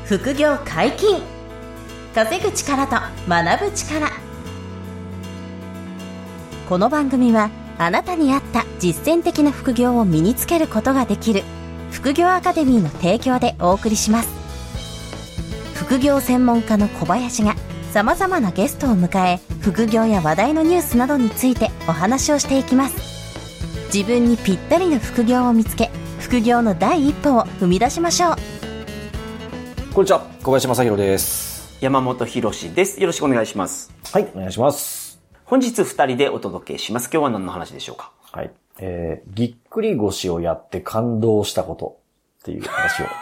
副業解禁。稼ぐ力と学ぶ力。この番組はあなたに合った実践的な副業を身につけることができる副業アカデミーの提供でお送りします。副業専門家の小林がさまざまなゲストを迎え、副業や話題のニュースなどについてお話をしていきます。自分にぴったりの副業を見つけ、副業の第一歩を踏み出しましょう。 こんにちは、小林正弘です。 山本博史です。よろしくお願いします。 はい、お願いします。 本日2人でお届けします。今日は何の話でしょうか？ はい、ぎっくり腰をやって感動したことっていう話を。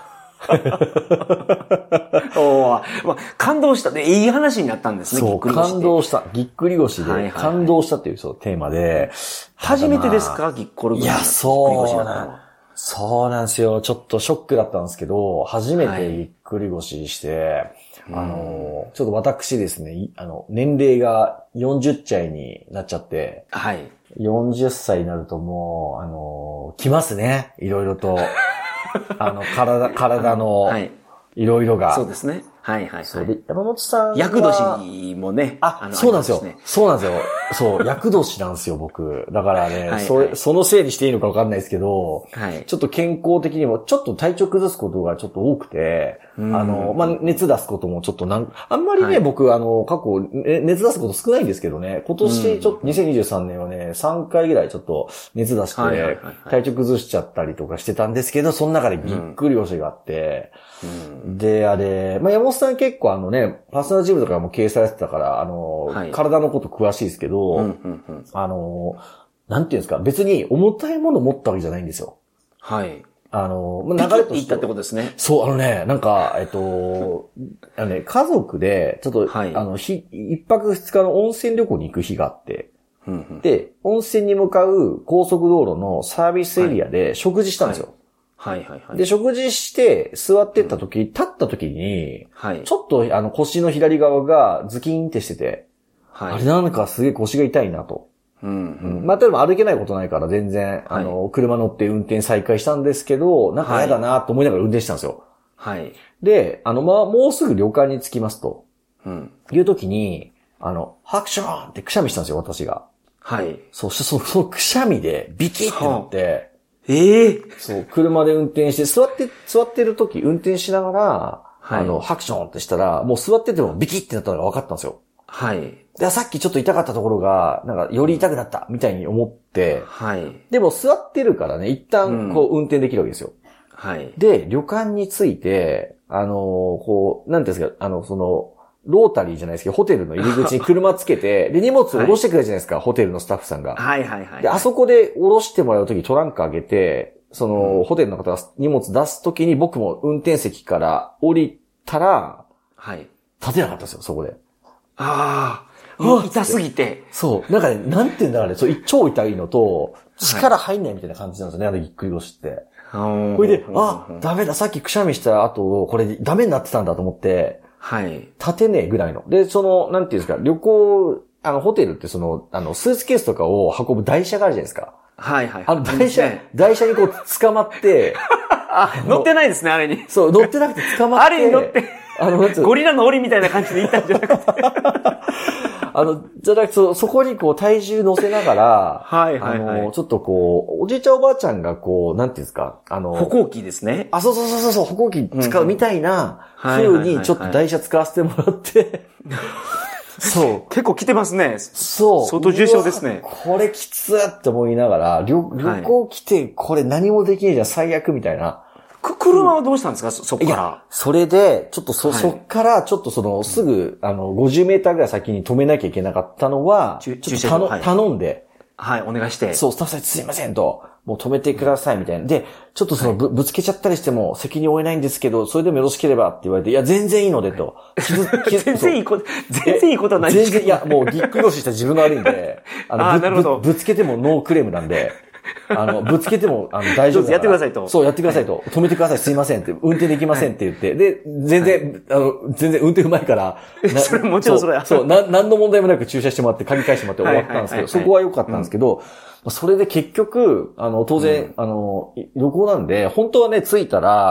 感動したね。いい話になったんですね。 そう、感動した。ぎっくり腰で感動したっていうそうテーマで。 初めてですか？ぎっくり腰。 いや、そうなんですよ。ちょっとショックだったんですけど、初めてぎっくり腰して、ちょっと私ですね、年齢が40歳になっちゃって、 はい。 40歳になるともう、来ますね。いろいろと。体の、いろいろが。 そうですね。はいはい。 そうで、山本さんは。 厄年もね。 そうなんですよ。そうなんですよ。そう、厄年なんですよ、僕。だからね、そのせいにしていいのかわかんないですけど、ちょっと健康的にも、ちょっと体調崩すことがちょっと多くて、熱出すこともちょっとあんまりね、僕、過去、熱出すこと少ないんですけどね、今年ちょっと2023年はね、3回ぐらいちょっと熱出して、体調崩しちゃったりとかしてたんですけど、その中でぎっくり腰があって、で、山本さん結構パーソナルジムとかも経営されてたから、体のこと詳しいですけど、なんていうんですか、別に重たいもの持ったわけじゃないんですよ。 はい。 流れといったってことですね。 そう、なんか、家族で、ちょっと、一泊二日の温泉旅行に行く日があって、で、温泉に向かう高速道路のサービスエリアで食事したんですよ。で、食事して座ってった時、立った時に、ちょっと腰の左側がズキーンってしてて、あれなんかすげえ腰が痛いなと。例えば歩けないことないから全然、車乗って運転再開したんですけど、なんか嫌だなと思いながら運転したんですよ。で、もうすぐ旅館に着きますと。いう時に、ハクションってくしゃみしたんですよ、私が。そのくしゃみでビキってなって、そう、車で運転して、座ってる時、運転しながら、ハクションってしたら、もう座っててもビキってなったのが分かったんですよ。で、さっきちょっと痛かったところが、なんか、より痛くなった、みたいに思って、でも座ってるからね、一旦、運転できるわけですよ。で、旅館に着いて、なんていうんですか、ロータリーじゃないですけど、ホテルの入り口に車つけて、で、荷物を下ろしてくれるじゃないですか、ホテルのスタッフさんが。で、あそこで下ろしてもらうときトランク開けて、ホテルの方が荷物出すときに僕も運転席から降りたら、立てなかったんですよ、そこで。 痛すぎて。 そう。なんかね、なんて言うんだろうね、超痛いのと、力入んないみたいな感じなんですよね、ぎっくり腰って。これで、ダメだ、さっきくしゃみした後、これダメになってたんだと思って、立てねえぐらいの。で、なんていうんですか、旅行、ホテルってスーツケースとかを運ぶ台車があるじゃないですか。台車に捕まって、 乗ってないですね、あれに。 そう、乗ってなくて捕まって。 あれに乗って、ゴリラの檻みたいな感じで行ったんじゃなくて。 じゃなくて、そこに体重乗せながら、ちょっとおじいちゃんおばあちゃんがなんていうんですか、 歩行器ですね。 そう、歩行器使うみたいな風にちょっと台車使わせてもらって、そう。 結構来てますね。 そう。 相当重症ですね。 これきつーって思いながら、旅行来てこれ何もできねえじゃん、最悪みたいな。 車はどうしたんですか、そこから。 それで、ちょっとそっから、ちょっとすぐ、50メーターぐらい先に止めなきゃいけなかったのは、ちょっと頼んで。 お願いして。 そう、スタッフさんすいませんと、もう止めてくださいみたいな。で、ちょっとぶつけちゃったりしても責任負えないんですけど、それでもよろしければって言われて、いや、全然いいのでと。 全然いいことはないですけど。 全然、いや、もうぎっくり腰した自分が悪いんで、 なるほど。 ぶつけてもノークレームなんで、ぶつけても、大丈夫だから。 やってくださいと。 そう、やってくださいと。止めてください、すいませんって、運転できませんって言って。で、全然運転うまいから。 それもちろんそれは。 そう、何の問題もなく駐車してもらって、借り返してもらって終わったんですけど、そこは良かったんですけど、それで結局、当然、旅行なんで、本当はね、着いたら、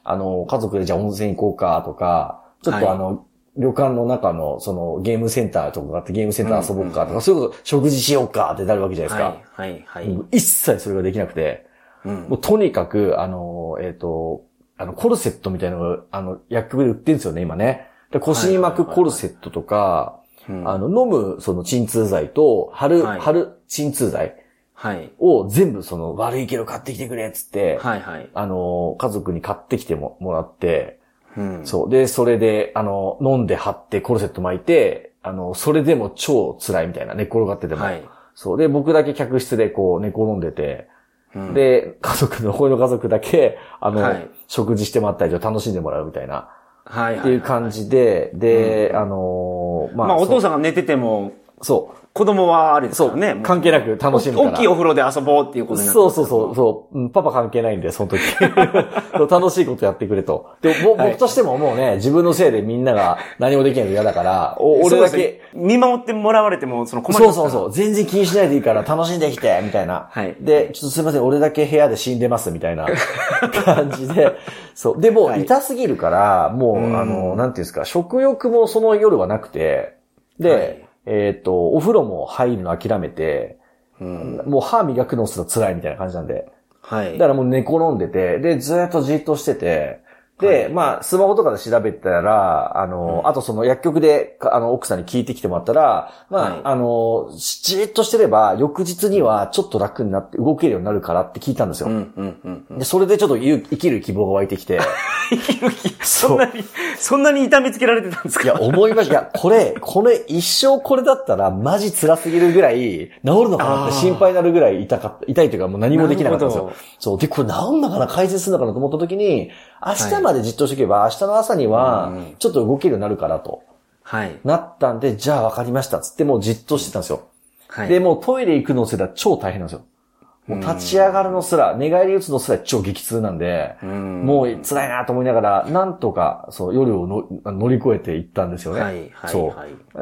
家族でじゃあ温泉行こうかとか、ちょっと旅館の中のそのゲームセンターとかがあってゲームセンター遊ぼうかとか、そういうこと食事しようかってなるわけじゃないですか。 はい、はい。 一切それができなくて、もうとにかく、コルセットみたいなのが、薬局で売ってるんですよね、今ね。で腰に巻くコルセットとか、飲むその鎮痛剤と、貼る鎮痛剤を全部その悪いけど買ってきてくれっつって、家族に買ってきてもらって、そう。で、それで、飲んで貼ってコルセット巻いて、それでも超辛いみたいな、寝転がってても。そう。で、僕だけ客室でこう寝転んでて、で、残りの家族だけ、食事してもらったり楽しんでもらうみたいな。っていう感じで、で、 お父さんが寝てても、 そう。 子供はあれですからね。 関係なく楽しむから。 大きいお風呂で遊ぼうっていうことになってます。 そう。パパ関係ないんで、その時。楽しいことやってくれと。で、僕としてももうね、自分のせいでみんなが何もできないの嫌だから、俺だけ。 見守ってもらわれても、困りますから。 そう。全然気にしないでいいから楽しんできて、みたいな。で、ちょっとすいません、俺だけ部屋で死んでます、みたいな感じで。そう。で、もう痛すぎるから、もう、なんていうんですか、食欲もその夜はなくて、で、お風呂も入るの諦めて、もう歯磨くのすら辛いみたいな感じなんで。だからもう寝転んでて、で、ずっとじっとしてて、で、スマホとかで調べたら、あとその薬局で、奥さんに聞いてきてもらったら、じーっとしてれば、翌日にはちょっと楽になって動けるようになるからって聞いたんですよ。で、それでちょっと生きる希望が湧いてきて。 生きる希望そんなに痛めつけられてたんですか？ いや、思いました。いや、これ一生これだったらマジ辛すぎるぐらい、治るのかなって心配になるぐらい痛いというかもう何もできなかったんですよ。そう。で、これ治んのかな改善するのかなと思った時に、明日までじっとしておけば、明日の朝には、ちょっと動けるようになるからと。なったんで、じゃあ分かりました。つってもうじっとしてたんですよ。で、もうトイレ行くのすら超大変なんですよ。もう立ち上がるのすら、寝返り打つのすら超激痛なんで、もう辛いなと思いながら、なんとか、夜を乗り越えていったんですよね。そう。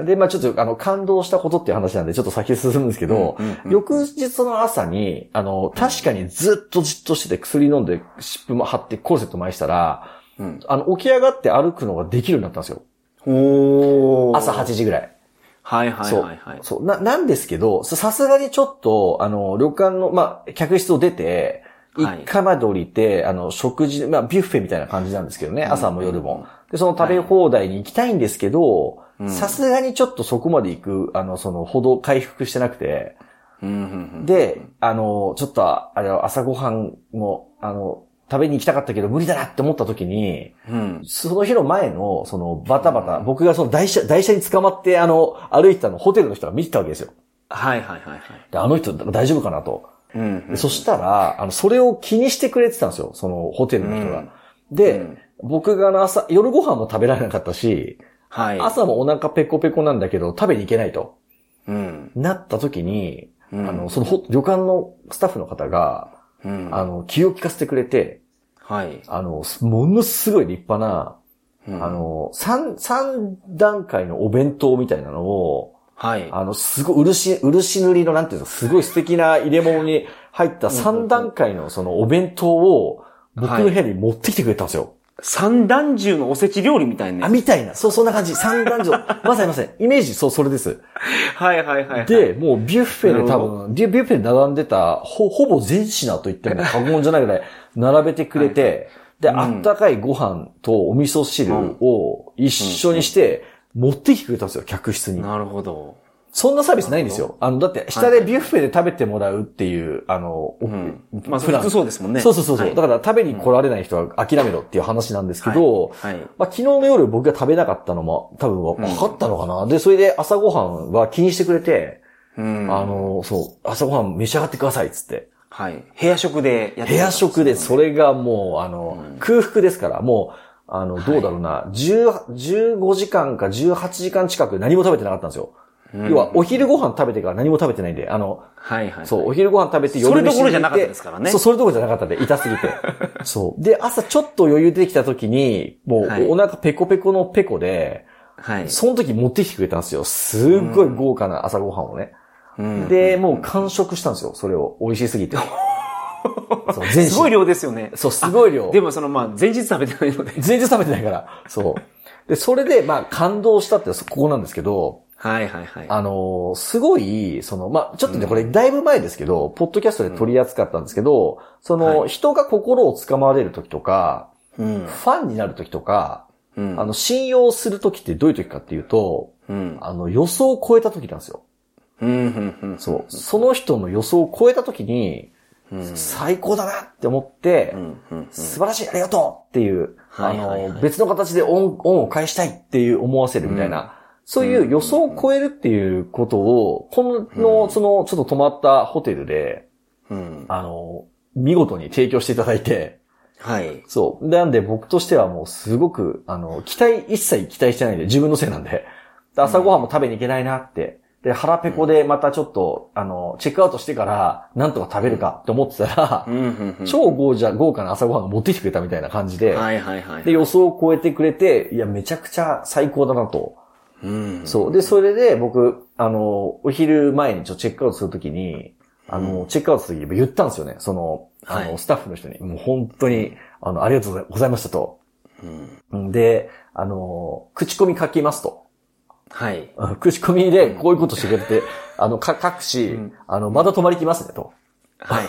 で、ちょっと感動したことっていう話なんで、ちょっと先進むんですけど、翌日の朝に、確かにずっとじっとしてて薬飲んで湿布も貼ってコルセット巻いしたら、起き上がって歩くのができるようになったんですよ。朝8時ぐらい。そう。なんですけど、さすがにちょっと、旅館の、客室を出て、1階まで降りて、食事、ビュッフェみたいな感じなんですけどね、朝も夜も。で、その食べ放題に行きたいんですけど、さすがにちょっとそこまで行く、ほど回復してなくて、で、ちょっと、朝ごはんも、食べに行きたかったけど無理だなって思った時に、その日の前の、バタバタ、僕が台車に捕まって、歩いてたの、ホテルの人が見てたわけですよ。で、あの人大丈夫かなと。そしたら、それを気にしてくれてたんですよ、そのホテルの人が。で、僕が夜ご飯も食べられなかったし、朝もお腹ペコペコなんだけど食べに行けないと。なった時に、その旅館のスタッフの方が、気を利かせてくれて、ものすごい立派な、3段階のお弁当みたいなのを、すごい漆塗りのなんていうの、すごい素敵な入れ物に入った3段階のそのお弁当を僕の部屋に持ってきてくれたんですよ。 三段重のおせち料理みたいな。 みたいな。そんな感じ。三段重。まさに。イメージ、それです。で、もうビュッフェでビュッフェで並んでた、ほぼ全品と言っても過言じゃないぐらい並べてくれて、で、あったかいご飯とお味噌汁を一緒にして持ってきてくれたんですよ、客室に。 なるほど。 そんなサービスないんですよ。だって、下でビュッフェで食べてもらうっていう、 普通そうですもんね。 そう。だから食べに来られない人は諦めろっていう話なんですけど、昨日の夜僕が食べなかったのも多分分かったのかな。で、それで朝ごはんは気にしてくれて、朝ごはん召し上がってくださいっつって。 部屋食でやって部屋食で、それがもう、空腹ですから、もう、どうだろうな、15時間か18時間近く何も食べてなかったんですよ。要は、お昼ご飯食べてから何も食べてないんで、そう、お昼ご飯食べて夜飯に行ってそれどころじゃなかったですからね。 そう、それどころじゃなかったんで、痛すぎて。そう。で、朝ちょっと余裕出てきた時に、もう、お腹ペコペコのペコで、その時持ってきてくれたんですよ。すっごい豪華な朝ごはんをね。で、もう完食したんですよ、それを。美味しすぎて。 そう、全すごい量ですよね。 そう、すごい量。 でも前日食べてないので。 前日食べてないから。そう。で、それで、感動したってここなんですけど、 はいはいはい。 すごい、ちょっとね、これだいぶ前ですけど、ポッドキャストで取り扱ったんですけど、人が心をつかまれる時とか、ファンになる時とか、信用する時ってどういう時かっていうと、予想を超えた時なんですよ。そう。その人の予想を超えた時に、最高だなって思って、素晴らしい、ありがとうっていう、別の形で恩を返したいっていう思わせるみたいな、そういう予想を超えるっていうことを、ちょっと泊まったホテルで、見事に提供していただいて、 はい。 そう。なんで僕としてはもうすごく、一切期待してないんで、自分のせいなんで。朝ごはんも食べに行けないなって。で、腹ペコでまたちょっと、チェックアウトしてから、なんとか食べるかって思ってたら、超豪華な朝ごはんを持ってきてくれたみたいな感じで、で、予想を超えてくれて、いや、めちゃくちゃ最高だなと。そう。で、それで僕、お昼前にチェックアウトするときに、チェックアウトするとき言ったんですよね。スタッフの人に、もう本当に、ありがとうございましたと。で、口コミ書きますと。 はい。 口コミでこういうことしてくれて、書くし、また泊まり来ますねと。 はい。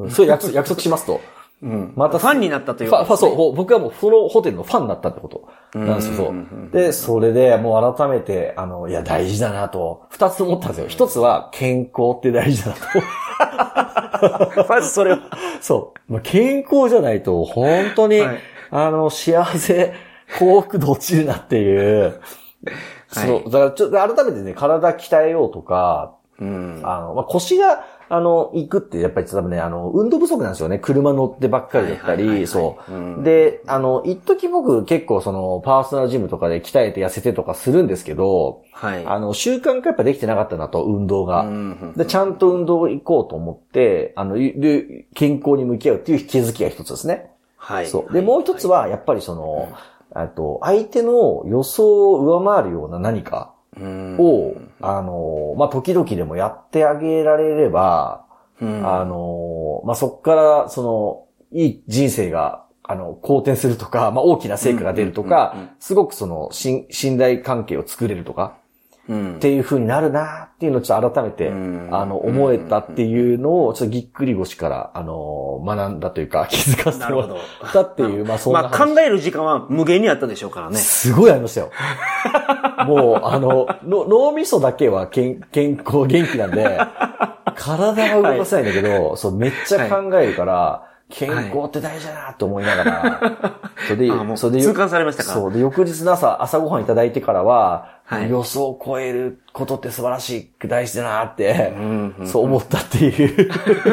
そういう約束しますと。 またファンになったということですね。 そう、僕はもうそのホテルのファンになったってことなんですよ。で、それでもう改めて、いや、大事だなと、二つ思ったんですよ。一つは、健康って大事だなと。 まずそれは。 そう。健康じゃないと、本当に、幸せ、幸福度落ちるなっていう。そう。だからちょっと改めてね、体鍛えようとか、腰が、行くってやっぱり多分ね、運動不足なんですよね。車乗ってばっかりだったり、そう。で、一時僕結構パーソナルジムとかで鍛えて痩せてとかするんですけど、 はい。 習慣化やっぱできてなかったなと、運動が。で、ちゃんと運動行こうと思って、健康に向き合うっていう気づきが一つですね。 はい。 そう。で、もう一つは、やっぱり相手の予想を上回るような何かを、時々でもやってあげられれば、そっから、いい人生が、好転するとか、大きな成果が出るとか、すごく信頼関係を作れるとか、っていう風になるなっていうのをちょっと改めて、思えたっていうのを、ちょっとぎっくり腰から、学んだというか、気づかせてもらったっていう、そんな考える時間は無限にあったでしょうからね。 すごいありましたよ。もう、脳みそだけは健康、元気なんで、体は動かせないんだけど、そう、めっちゃ考えるから、健康って大事だなと思いながら、 それで痛感されましたか？ そう。で、翌日の朝ごはんいただいてからは、予想を超えることって素晴らしい、大事だなって、そう思ったっていう。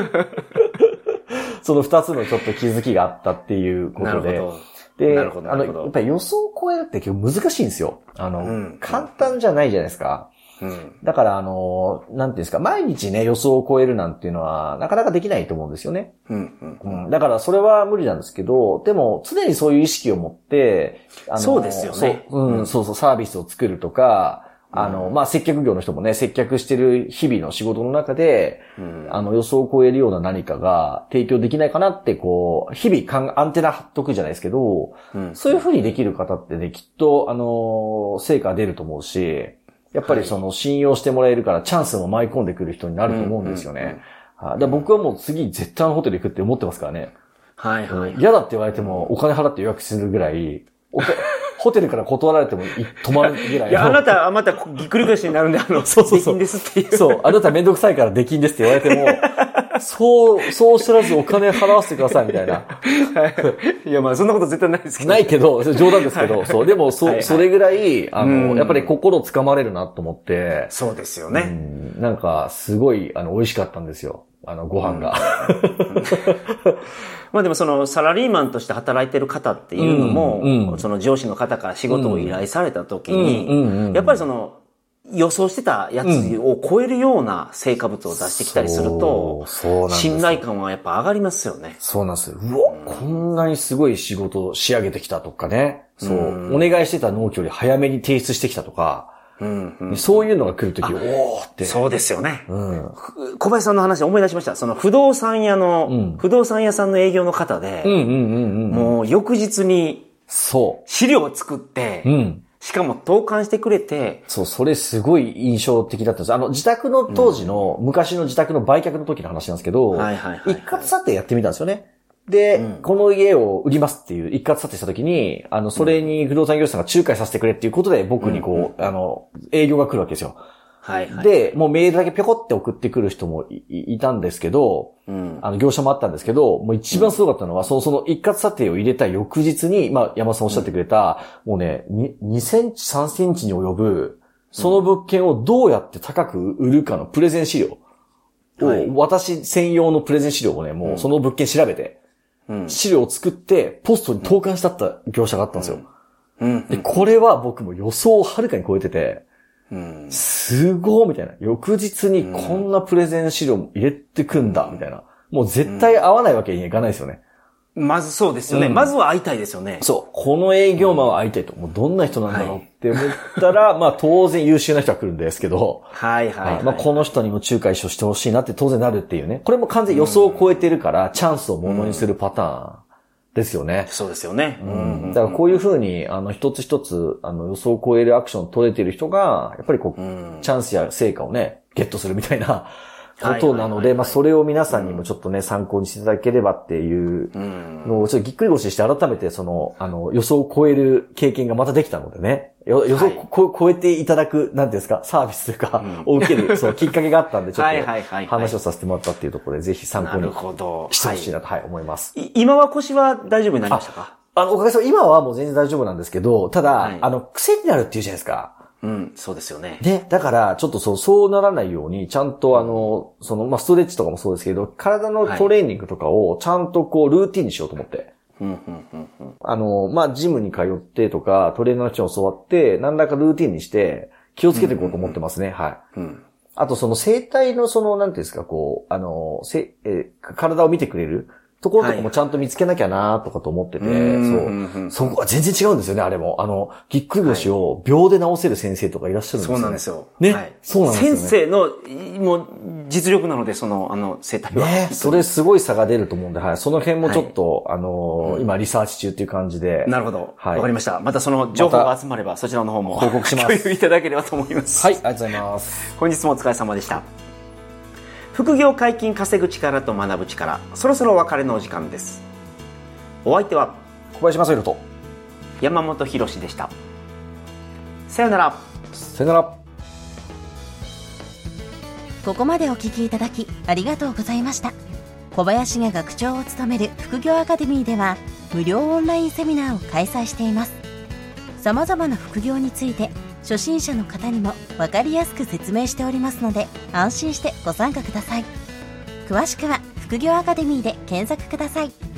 その二つのちょっと気づきがあったっていうことで。で、やっぱり予想を超えるって結構難しいんですよ。簡単じゃないじゃないですか。だから、なんていうんですか、毎日ね、予想を超えるなんていうのは、なかなかできないと思うんですよね。だから、それは無理なんですけど、でも、常にそういう意識を持って、 そうですよね。 そう、サービスを作るとか、接客業の人もね、接客してる日々の仕事の中で、予想を超えるような何かが提供できないかなって、日々アンテナ張っとくじゃないですけど、そういう風にできる方ってね、きっと、成果出ると思うし、やっぱり信用してもらえるからチャンスも舞い込んでくる人になると思うんですよね。だ僕はもう次絶対ホテル行くって思ってますからね。嫌だって言われてもお金払って予約するぐらい、ホテルから断られても泊まるぐらい。 いや、あなたまたぎっくり腰になるんで、 そうできんですっていう。 そう、あなためんどくさいからできんですって言われても、そう知らずお金払わせてくださいみたいな。 いや、そんなこと絶対ないですけど。 ないけど、冗談ですけど、そう、でもそれぐらい、やっぱり心つかまれるなと思って。 そうですよね。 なんか、すごい、美味しかったんですよ。ご飯が。 でもサラリーマンとして働いてる方っていうのも、その上司の方から仕事を依頼された時に、やっぱり予想してたやつを超えるような成果物を出してきたりすると、信頼感はやっぱ上がりますよね。 そうなんですよ。こんなにすごい仕事を仕上げてきたとかね。そう。お願いしてた納期より早めに提出してきたとか。 そういうのが来るとき、おーって。 そうですよね。小林さんの話思い出しました。その不動産屋さんの営業の方で、もう翌日に、資料を作って、しかも投函してくれて。 そう、それすごい印象的だったんです。自宅の当時の、昔の自宅の売却の時の話なんですけど、一括査定やってみたんですよね。で、この家を売りますっていう一括査定した時に、それに不動産業者さんが仲介させてくれっていうことで僕に営業が来るわけですよ。で、もうメールだけぴょこって送ってくる人も いたんですけど、業者もあったんですけど、もう一番すごかったのは、その一括査定を入れた翌日に、山田さんおっしゃってくれた、もうね、2センチ、3センチに及ぶ、その物件をどうやって高く売るかのプレゼン資料を、私専用のプレゼン資料をね、もうその物件調べて、資料を作って、ポストに投函したった業者があったんですよ。で、これは僕も予想をはるかに超えてて、すごいみたいな。翌日にこんなプレゼン資料も入れてくんだ、みたいな。もう絶対会わないわけにはいかないですよね。 まずそうですよね。まずは会いたいですよね。 そう。この営業マンは会いたいと。もうどんな人なんだろうって思ったら、当然優秀な人が来るんですけど。この人にも仲介してほしいなって当然なるっていうね。これも完全予想を超えてるから、チャンスをものにするパターンですよね。 そうですよね。 だからこういう風に、一つ一つ、予想を超えるアクションを取れてる人が、やっぱりチャンスや成果をね、ゲットするみたいな、ことなので、それを皆さんにもちょっとね、参考にしていただければっていうのを、ちょっとぎっくり腰して改めて予想を超える経験がまたできたのでね、予想を超えていただく、なんていうんですか、サービスというか、を受ける、きっかけがあったんで、ちょっと話をさせてもらったっていうところで、ぜひ参考にしてほしいなと、思います。 今は腰は大丈夫になりましたか？ おかげさまで今はもう全然大丈夫なんですけど、ただ、癖になるっていうじゃないですか。 そうですよね。 で、だから、ちょっとそうならないように、ちゃんとストレッチとかもそうですけど、体のトレーニングとかをちゃんとルーティンにしようと思って。ジムに通ってとか、トレーナーの人に教わって、何らかルーティンにして、気をつけていこうと思ってますね。あと、生体のなんていうんですか、体を見てくれるところとかもちゃんと見つけなきゃなとかと思ってて、そこは全然違うんですよね、あれも。ぎっくり腰を秒で治せる先生とかいらっしゃるんですよ。 そうなんですよ。 ね。そうなんですよね。 先生の、もう、実力なので、生体は。 ね、それすごい差が出ると思うんで、その辺もちょっと、今リサーチ中っていう感じで。 なるほど。わかりました。またその情報が集まれば、そちらの方も報告します。 共有いただければと思います。 はい、ありがとうございます。 本日もお疲れ様でした。副業解禁稼ぐ力と学ぶ力、そろそろお別れのお時間です。お相手は小林正弘と山本博史でした。さよなら。 さよなら。 ここまでお聞きいただきありがとうございました。小林が学長を務める副業アカデミーでは無料オンラインセミナーを開催しています。さまざまな副業について初心者の方にも分かりやすく説明しておりますので、安心してご参加ください。詳しくは副業アカデミーで検索ください。